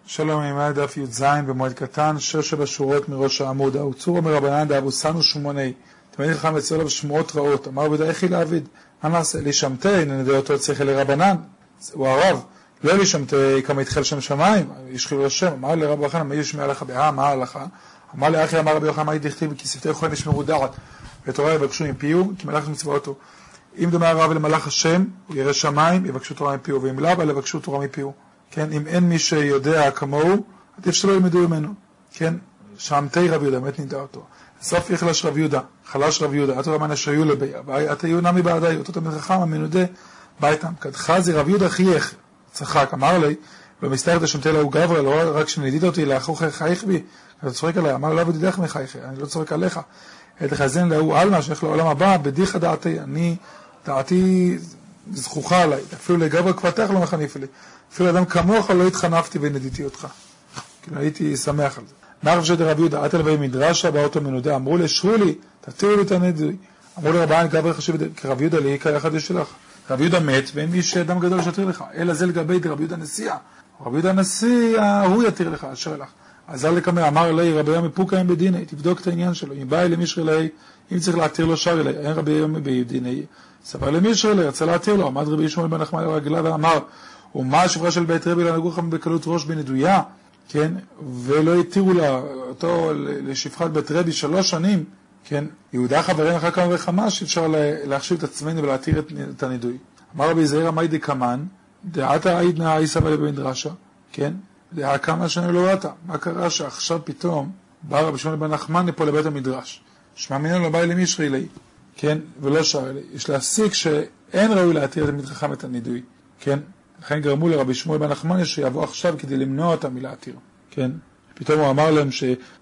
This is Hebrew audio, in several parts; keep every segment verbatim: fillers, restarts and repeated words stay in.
שלום מימי דף י"ז במועד קטן, שש שבע שורות מראש העמוד. האוצור אומר רבנן דאבוסנו שמוני, תמיד חכם לציין עליו שמועות רעות. אמר רבי איך היא לעביד? מה נעשה? לישמתי, ננדע אותו צריך לרבנן. הוא הרב, לא לישמתי כמה יתחל שם שמיים, ישחילו לשם. אמר לרב יוחנן, מה ישמע לך בהה, מה הלכה? אמר לאחי, אמר רבי יוחנן, מה ידכתיב? כי שפתי יכולים ישמרו דעת. ותורה יבקשו מפיהו, כי מלאך מצוותו. אם דומה הרב למלאך השם, הוא ירא שמיים, יבקשו תורה מפיהו, ואם לאו, יבקשו תורה מפיהו. כן, אם אין מי שיודע כמוהו, עדיף שלא ילמדו ממנו. כן, שעמתי רב יהודה, באמת נדע אותו. סוף יחלש רב יהודה, חלש רב יהודה, עתו רמן אשר יהיו לביה, ואתה יהיו נמי בעדי, אותו תמיד חכם, המנודה, ביתם. כדחזי רב יהודה חייך, צחק, אמר לי, לא מסתרת השמתי לה הוא גברה, לא רק שנדיד אותי, לאחוך חייך בי, אתה צורק עליי, אמר לא ודידך מחייך, אני לא צורק עליך. את החזן לה הוא אלמה, שייך לעולם הבא, בדיחה דעתי, אני, דעתי זכוכה עליי, אפילו לגברה כבתך לא מחניף לי. אפילו אדם כמוך לא התחנפתי ונדיתי אותך. כאילו הייתי שמח על זה. נערב שדר רב יהודה, עתה לבי מדרשה, בא אותו מנודה, אמרו לי, שרו לי, תתירו לי את הנדוי. אמרו לי רבן, גבר חשיב, כרב יהודה לי, כיחד יש שלך. רב יהודה מת, ואין מי שאדם גדול שתיר לך. אלא זה לגבי רב יהודה נשיאה. רב יהודה נשיאה, הוא יתיר לך, אשר לך. עזר לקמר, אמר לי, רבי יום מפוקאים בדיני, תבדוק את העניין שלו. אם בא אלי מישר אלי, אם צריך להתיר לו שר אלי, אין רבי יום בדיני. סבר למישר אלי, רצה להתיר לו. עמד רבי ישמעאל בן נחמן לרגליו ואמר, ומה השפחה של בית רבי לנגור לך בקלות ראש בנדויה, כן, ולא התירו לה אותו לשפחת בית רבי שלוש שנים, כן, יהודה חברין אחר כמה וכמה שאפשר להחשיב את עצמנו ולהתיר את הנדוי. אמר רבי זעיר עמי דקמן, דעתה עידנא עיסא במדרשה, כן, דעה כמה שנים לא ראתה. מה קרה שעכשיו פתאום בא רבי שמעון בן נחמן לפה לבית המדרש, שמע מינו לא בא אלי מישרי לי, כן, ולא שר אלי. יש להסיק שאין ראוי להתיר את תלמיד חכם את הנדוי, כן, לכן גרמו לרבי שמואל בן נחמני שיבוא עכשיו כדי למנוע אותם מלהתיר, כן? פתאום הוא אמר להם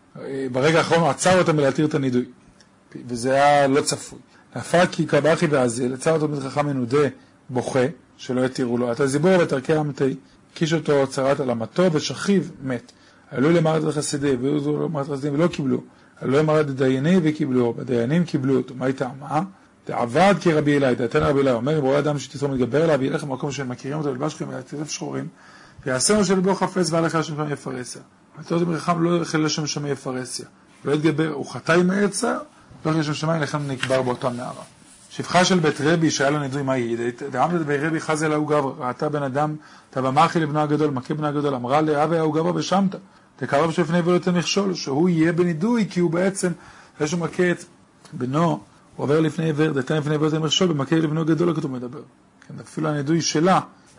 שברגע האחרון הוא עצר אותם מלהתיר את הנידוי, וזה היה לא צפוי. נפק כי קבחי ועזל, עצר אותו תלמיד חכם מנודה בוכה, שלא יתירו לו. אתה זיבור ותרכי המתי, קיש אותו צרת על המתו ושכיב מת. עלו למערת החסידי, והיו למערת החסידים ולא קיבלו. עלו למערת דייני וקיבלו, בדיינים קיבלו אותו. מה הייתה? מה? עבד כרבי אלי, דעתן רבי אלי, אומר, אם רואה אדם שתתרום להתגבר אליו, ילך למקום שהם מכירים אותו, ילבש לכם, ילטרף שחורים, ויעשה לו שלבו חפץ, והלך לשם שם יפרסיה. ואתה יודעים, רחם לא ילך לשם שם יפרסיה. לא יתגבר, הוא חטא עם העצה, לא ילך לשם שמיים, לכן נקבר באותה נערה. שפחה של בית רבי, שהיה לו נדוי, מה יהיה? דעמת בית רבי חזה לה הוא גבר, ראתה בן אדם, תבמחי לבנו הגדול, מכה בנו הגדול, אמרה לה, אבי הוא גבר בשמת, תקרב שלפני ולא מכשול, שהוא יהיה בנידוי, כי הוא בעצם, יש לו מכה את בנו, הוא עובר לפני עבר, דתן לפני עבר תמרשול, במכה לבנו גדול הכתוב מדבר. כן, אפילו הנדוי שלה,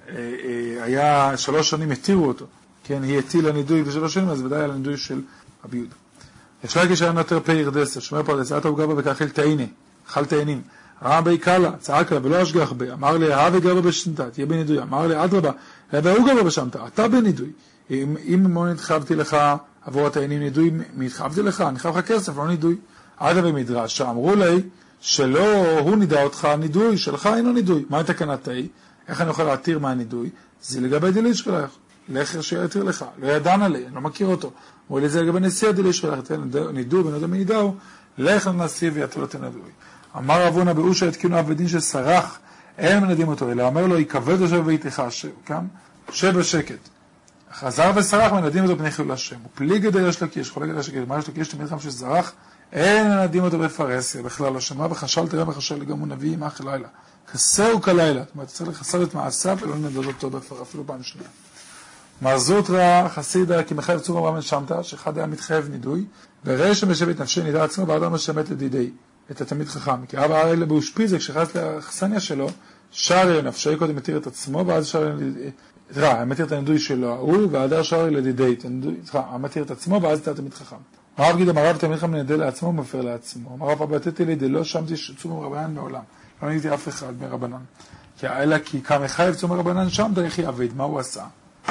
היה שלוש שנים התירו אותו. כן, היא הטילה נדוי בשלוש שנים, אז ודאי על הנדוי של רבי יהודה. יש לה כשהיה נותר פאיר דסר, שומר פרדס, עתה הוא גבר וכאכל תאיני, אכל תאינים. ראה בי קלה, צעק לה ולא אשגח בי, אמר לי, אהבי גבר בשנתה, תהיה בנידוי. אמר לי, אדרבה, והוא גבר בשמתה, אתה בנידוי. אם, אם לא נתחבתי לך עבור התאינים נידוי, מתחבתי לך, אני חייב לך כסף, לא נידוי. עדה במדרש, שאמרו לי, שלא הוא נידע אותך, נידוי, שלך אינו נידוי. מה התקנת היא? איך אני יכול להתיר מה הנידוי? זה לגבי דיליש שלך. לכר שיתיר לך. לא ידען עלי, אני לא מכיר אותו. אמרו לי, זה לגבי נשיא הדיליש שלך. נידוי, בנודע מנידעו, לך לנשיא ויתיר לו תנדוי. אמר אבונה באושה, התקינו עבדין שסרח, אין מנדים אותו, אלא אומר לו, יקבל יושב ואיתך, שב בשקט. חזר וסרח, מנדים אותו פני חילול השם. ופליגי דיש לקיש, חולק דיש לקיש, מה יש לקיש, תמיד חם שזרח, אין מנדים אותו בפרסיה, בכלל השמה, וחשל תראה וחשל גם הוא נביא עמך לילה. כסהו כלילה, זאת אומרת, צריך לחסל את מעשיו, ולא נדוד אותו בפר, אפילו פעם שנייה. מרזוטרה חסידה, כי מחייב צור רבן שמתה, שאחד היה מתחייב נידוי, וראי שמשבת נפשי נידע עצמו, ואדם משמת לדידי, את התמיד חכם. כי אבא הרי לבאושפיזק, שחס לאכסניה שלו, שרי נפשי קודם מתיר את עצמו, ואז שרי רע, מתיר את הנידוי שלו, הוא, והדר שרי לדידי, מתיר את עצמו, ואז את התמיד חכם. הרב גיד, המרב תמיד חכם נדע לעצמו, מפר לעצמו. המרב הבטאתי לידי, לא שמתי צום רבנן מעולם. לא נגידי אף אחד מרבנן. כי אלא כי כמה חייב צום רבנן שם, דרך יעבד, מה הוא עשה?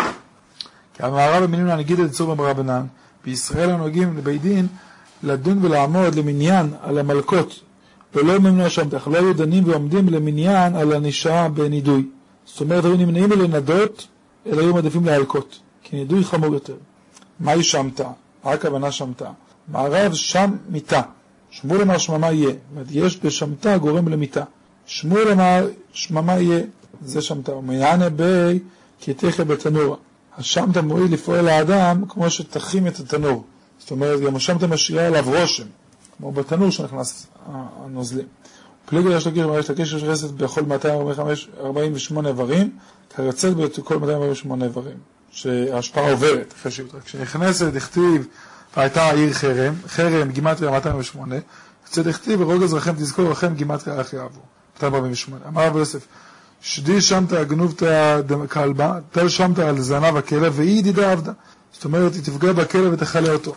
כי המרב במילים להנגיד את צום רבנן, בישראל הנוגעים לבית דין, לדון ולעמוד למניין על המלכות, ולא ממנוע שם, תך לא היו דנים ועומדים למניין על הנישה בנידוי. זאת אומרת, היו נמנעים לנדות, אלא היו מעדיפים להלקות, כי נידוי חמור יותר. מהי שמתה? מה הכוונה שמתה? מערב שם מיתה. שמואל אמר שממה יהיה, יש בשמתה גורם למיתה. שמואל אמר שממה יהיה, זה שמתה. ומענה בי כי תכף בתנורה. השמטה מועיל לפעול לאדם כמו שתחים את התנור. זאת אומרת, גם השמטה משאירה עליו רושם, כמו בתנור שנכנס הנוזלים. פליגו יש לקיש, יש לקיש יש רסת בכל מאתיים ארבעים ושמונה איברים, כיוצאת בכל מאתיים ארבעים ושמונה איברים, שההשפעה עוברת אחרי שיוטה. כשנכנסת, הכתיב, והייתה העיר חרם, חרם, גימטריה מאתיים ארבעים ושמונה, יוצאת הכתיב, ורוגז רחם תזכור רחם, גימטריה אחי אבו, מאתיים ארבעים ושמונה. אמר רבי יוסף, שדי שמתה הגנובתה כלבה, תל שמתה על זנב הכלב, והיא ידידה עבדה. זאת אומרת, היא תפגע בכלב ותחלה אותו.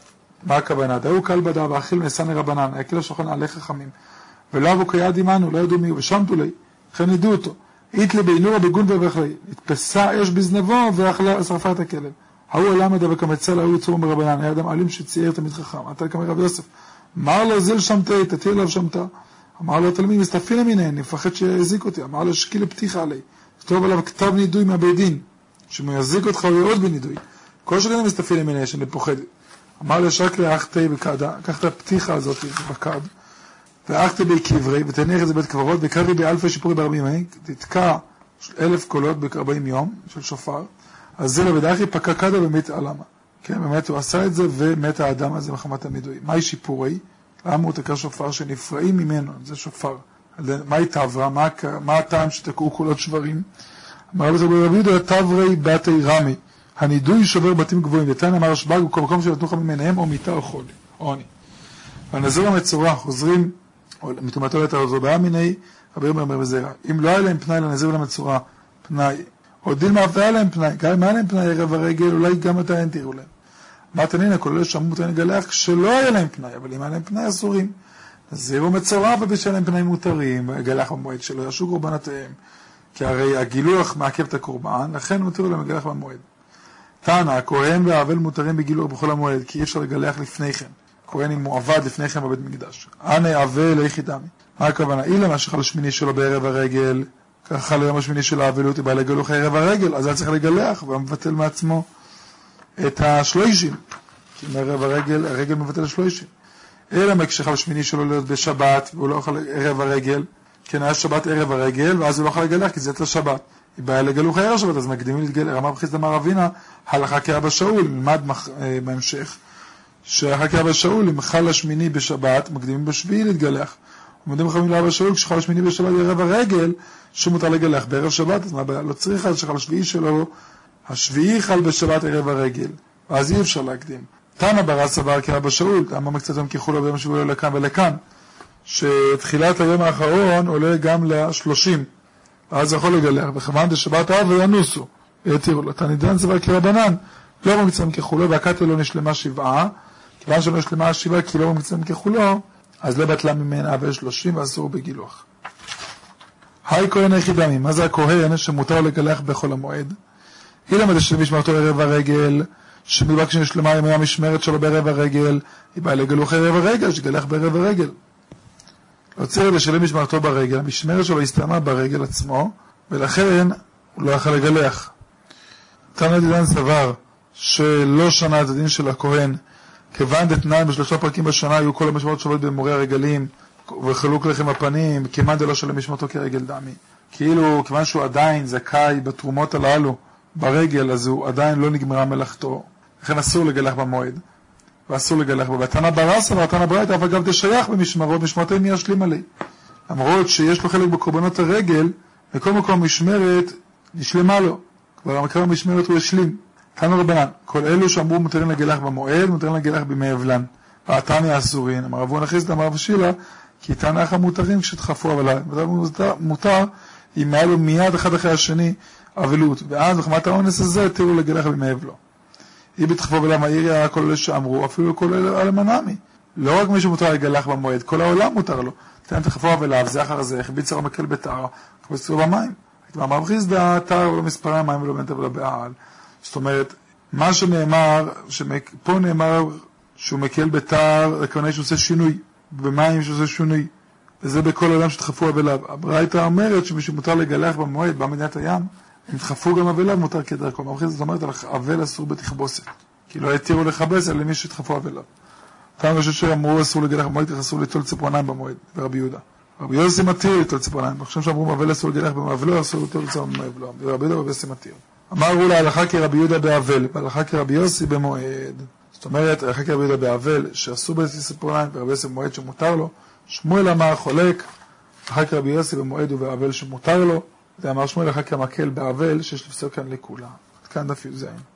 מה הכוונה? דאו כלבה דא ואכיל נסני רבנן, הכלב שוכן עלי חכמים. ולא אבו כיד עמנו, לא ידעו מיהו, ושמתו לי, לכן ידעו אותו. איתלי בינורה בגון ובכלי, התפסה אש בזנבו ואכלה שרפה את הכלב. ההוא הלמדה וכמצל, ההוא יצורו מרבנן, היה אדם אלים שצייר תמיד חכם. אתה כמי רבי יוסף, אמר לו זיל שמתה, תתיר לו שמתה. אמר לו תלמיד, מסתפילה מינהן, נפחד שיזיק אותי. אמר לו שקיל פתיחה עלי. כתוב עליו כתב נידוי מהבית דין, שאם יזיק אותך הוא יעוד בנידוי. כל שכן מסתפילה מינהן, שאני פוחד. אמר לו שרק לאחתי בקדה, קח את הפתיחה הזאת בקד, ואחתי בי קברי, ותניח את זה בית קברות, וקרי באלפי שיפורי בארבעים ימים, תתקע אלף קולות בארבעים יום של שופר, אז זה לבדחי פקע קדה ומת עלמה. כן, באמת הוא עשה את זה, ומת האדם הזה מחמת הנידוי. מהי שיפורי? למה הוא תקע שופר שנפרעים ממנו? זה שופר. מהי תברה? מה, מה הטעם שתקעו קולות שברים? אמר רבי יהודה, תברי בתי רמי. הנידוי שובר בתים גבוהים, ותן אמר השבג, הוא כל מקום שנתנו לך ממניהם, או מיטה או חולי, או עוני. והנזיר המצורע חוזרים, או מתומתו לתר, זו בעיה מיני, רבי אומר בזרע. אם לא היה להם פנאי לנזיר ולמצורע, פנאי, או דילמה אף היה להם פנאי, גם אם היה להם פנאי ערב הרגל, אולי גם אתה אין תראו להם. מה תנינה, כולל שמות אין גלח, כשלא היה להם פנאי, אבל אם היה להם פנאי אסורים. נזיר ומצורע, ובשביל להם פנאי מותרים, גלח במועד שלו, ישו קורבנתיהם, כי הרי הגילוח מעכב את הקורבן, לכן מתירו להם גלח במועד. תנא, הכהן והאבל מותרים בגילוח בכל המועד, כי אי אפשר לגלח לפני כן. כהן אם הוא עבד לפני כן בבית מקדש. אנא אבל איכי דמי. מה הכוונה? אילם השחל השמיני שלו בערב הרגל, ככה ליום השמיני של האבלות, היא באה לגלוח ערב הרגל, אז היה צריך לגלח, והוא מבטל מעצמו את השלושים. כי מערב הרגל, הרגל מבטל השלושים. אילם השחל השמיני שלו להיות בשבת, והוא לא אוכל ערב הרגל, כן היה שבת ערב הרגל, ואז הוא לא אוכל לגלח, כי זה את השבת. היא באה לגלוח ערב שבת, אז מקדימים להתגלח. אמר בחיסדא אמר רבינה, הלכה כאבא שאול, נלמד בהמשך, שהלכה כאבא שאול, אם חל השמיני בשבת, מקדימים בשביעי להתגלח. ומודים חמים לאבא שאול, כשחל השמיני בשבת ערב הרגל, שמותר לגלח בערב שבת, אז מה הבעיה? לא צריך על שחל השביעי שלו, השביעי חל בשבת ערב הרגל, ואז אי אפשר להקדים. תנא ברא סבר כאבא שאול, אמר קצת יום כחול ביום שבוע עולה לכאן ולכאן, שתחילת היום האחרון עולה גם לשלושים, אז יכול לגלח, וכיוון דשבת אב וינוסו, יתירו לו. תנידן סבר כרבנן, לא ממצאים כחולו, והקטל לא נשלמה שבעה, כיוון שלא נשלמה שבעה, כי לא ממצאים כחולו, אז לא בטלה ממנה אבל שלושים ואסור בגילוח. היי כהן היחידמי, מה זה הכהן שמותר לגלח בכל המועד? היא למד שמשמרתו ערב הרגל, שמלבק שנשלמה ימי המשמרת שלו בערב הרגל, היא באה לגלוח ערב הרגל, שגלח בערב הרגל. לא צריך לשלם משמרתו ברגל, המשמרת שלו הסתיימה ברגל עצמו, ולכן הוא לא יכול לגלח. תנא דידן סבר שלא שנה את הדין של הכהן, כיוון דתנן בשלושה פרקים בשנה היו כל המשמרות שוות במורי הרגלים, וחלוק לחם הפנים, כיוון דלא שלם משמרתו כרגל דמי. כאילו, כיוון שהוא עדיין זכאי בתרומות הללו ברגל, אז הוא עדיין לא נגמרה מלאכתו, לכן אסור לגלח במועד. ואסור לגלח בו. והתנא ברא סבר, התנא ברייתא, אבל גם תשייך במשמרות, משמרתי מי ישלים עלי. למרות שיש לו חלק בקורבנות הרגל, בכל מקום משמרת נשלמה לו. כבר המקרה המשמרת הוא השלים. תנא רבנן, כל אלו שאמרו מותרים לגלח במועד, מותרים לגלח בימי אבלן. והתניא אסורין, אמר רבו נחריסדא, אמר רב שילה, כי תנאך המותרים כשתחפו אבליים. מותר, מותר, אם היה לו מיד אחד אחרי השני אבלות. ואז בחמת האונס הזה, תראו לגלח בימי אבלו. היא בתחפו ולמה עיריה כל אלה שאמרו, אפילו כל אלה על המנעמי. לא רק מי שמותר לגלח במועד, כל העולם מותר לו. תן תחפו ולאו, זה אחר זה, החביץ הרמקל מקל בתאר, חביצו במים. אמר רב חיסדא, תאר ולא מספרי המים ולא בנטה ולא בעל. זאת אומרת, מה שנאמר, פה נאמר שהוא מקל בתאר, הכוונה שהוא עושה שינוי, במים שהוא עושה שינוי. וזה בכל העולם שתחפו ולאו. הברייתא אומרת שמי שמותר לגלח במועד, במדינת הים, אם תחפו גם אבליו מותר כדרכו. מה זאת אומרת, אבל אסור בתכבוסת. כי לא יתירו לכבס, אלא למי שתחפו אבליו. פעם ראשית שאמרו אסור לגלח במועד, אסור ליטול ציפורניים במועד, ברבי יהודה. רבי יוסי מתיר ליטול ציפורניים. עכשיו שאמרו אבל אסור לגלח במועד, אסור ליטול ציפורניים במועד, ורבי יהודה רבי יוסי מתיר. אמרו להלכה כרבי יהודה באבל, והלכה כרבי יוסי במועד. זאת אומרת, הלכה כרבי יהודה באבל, שאסור בלתי ציפורניים, ורבי יוסי במועד שמותר לו. שמואל אמר חולק, הלכה כרבי יוסי במועד ובאבל שמותר לו. זה אמר שמואל הלכה כמקל באבל, שיש לפסוק כאן לכולה. עד כאן דף י"ז.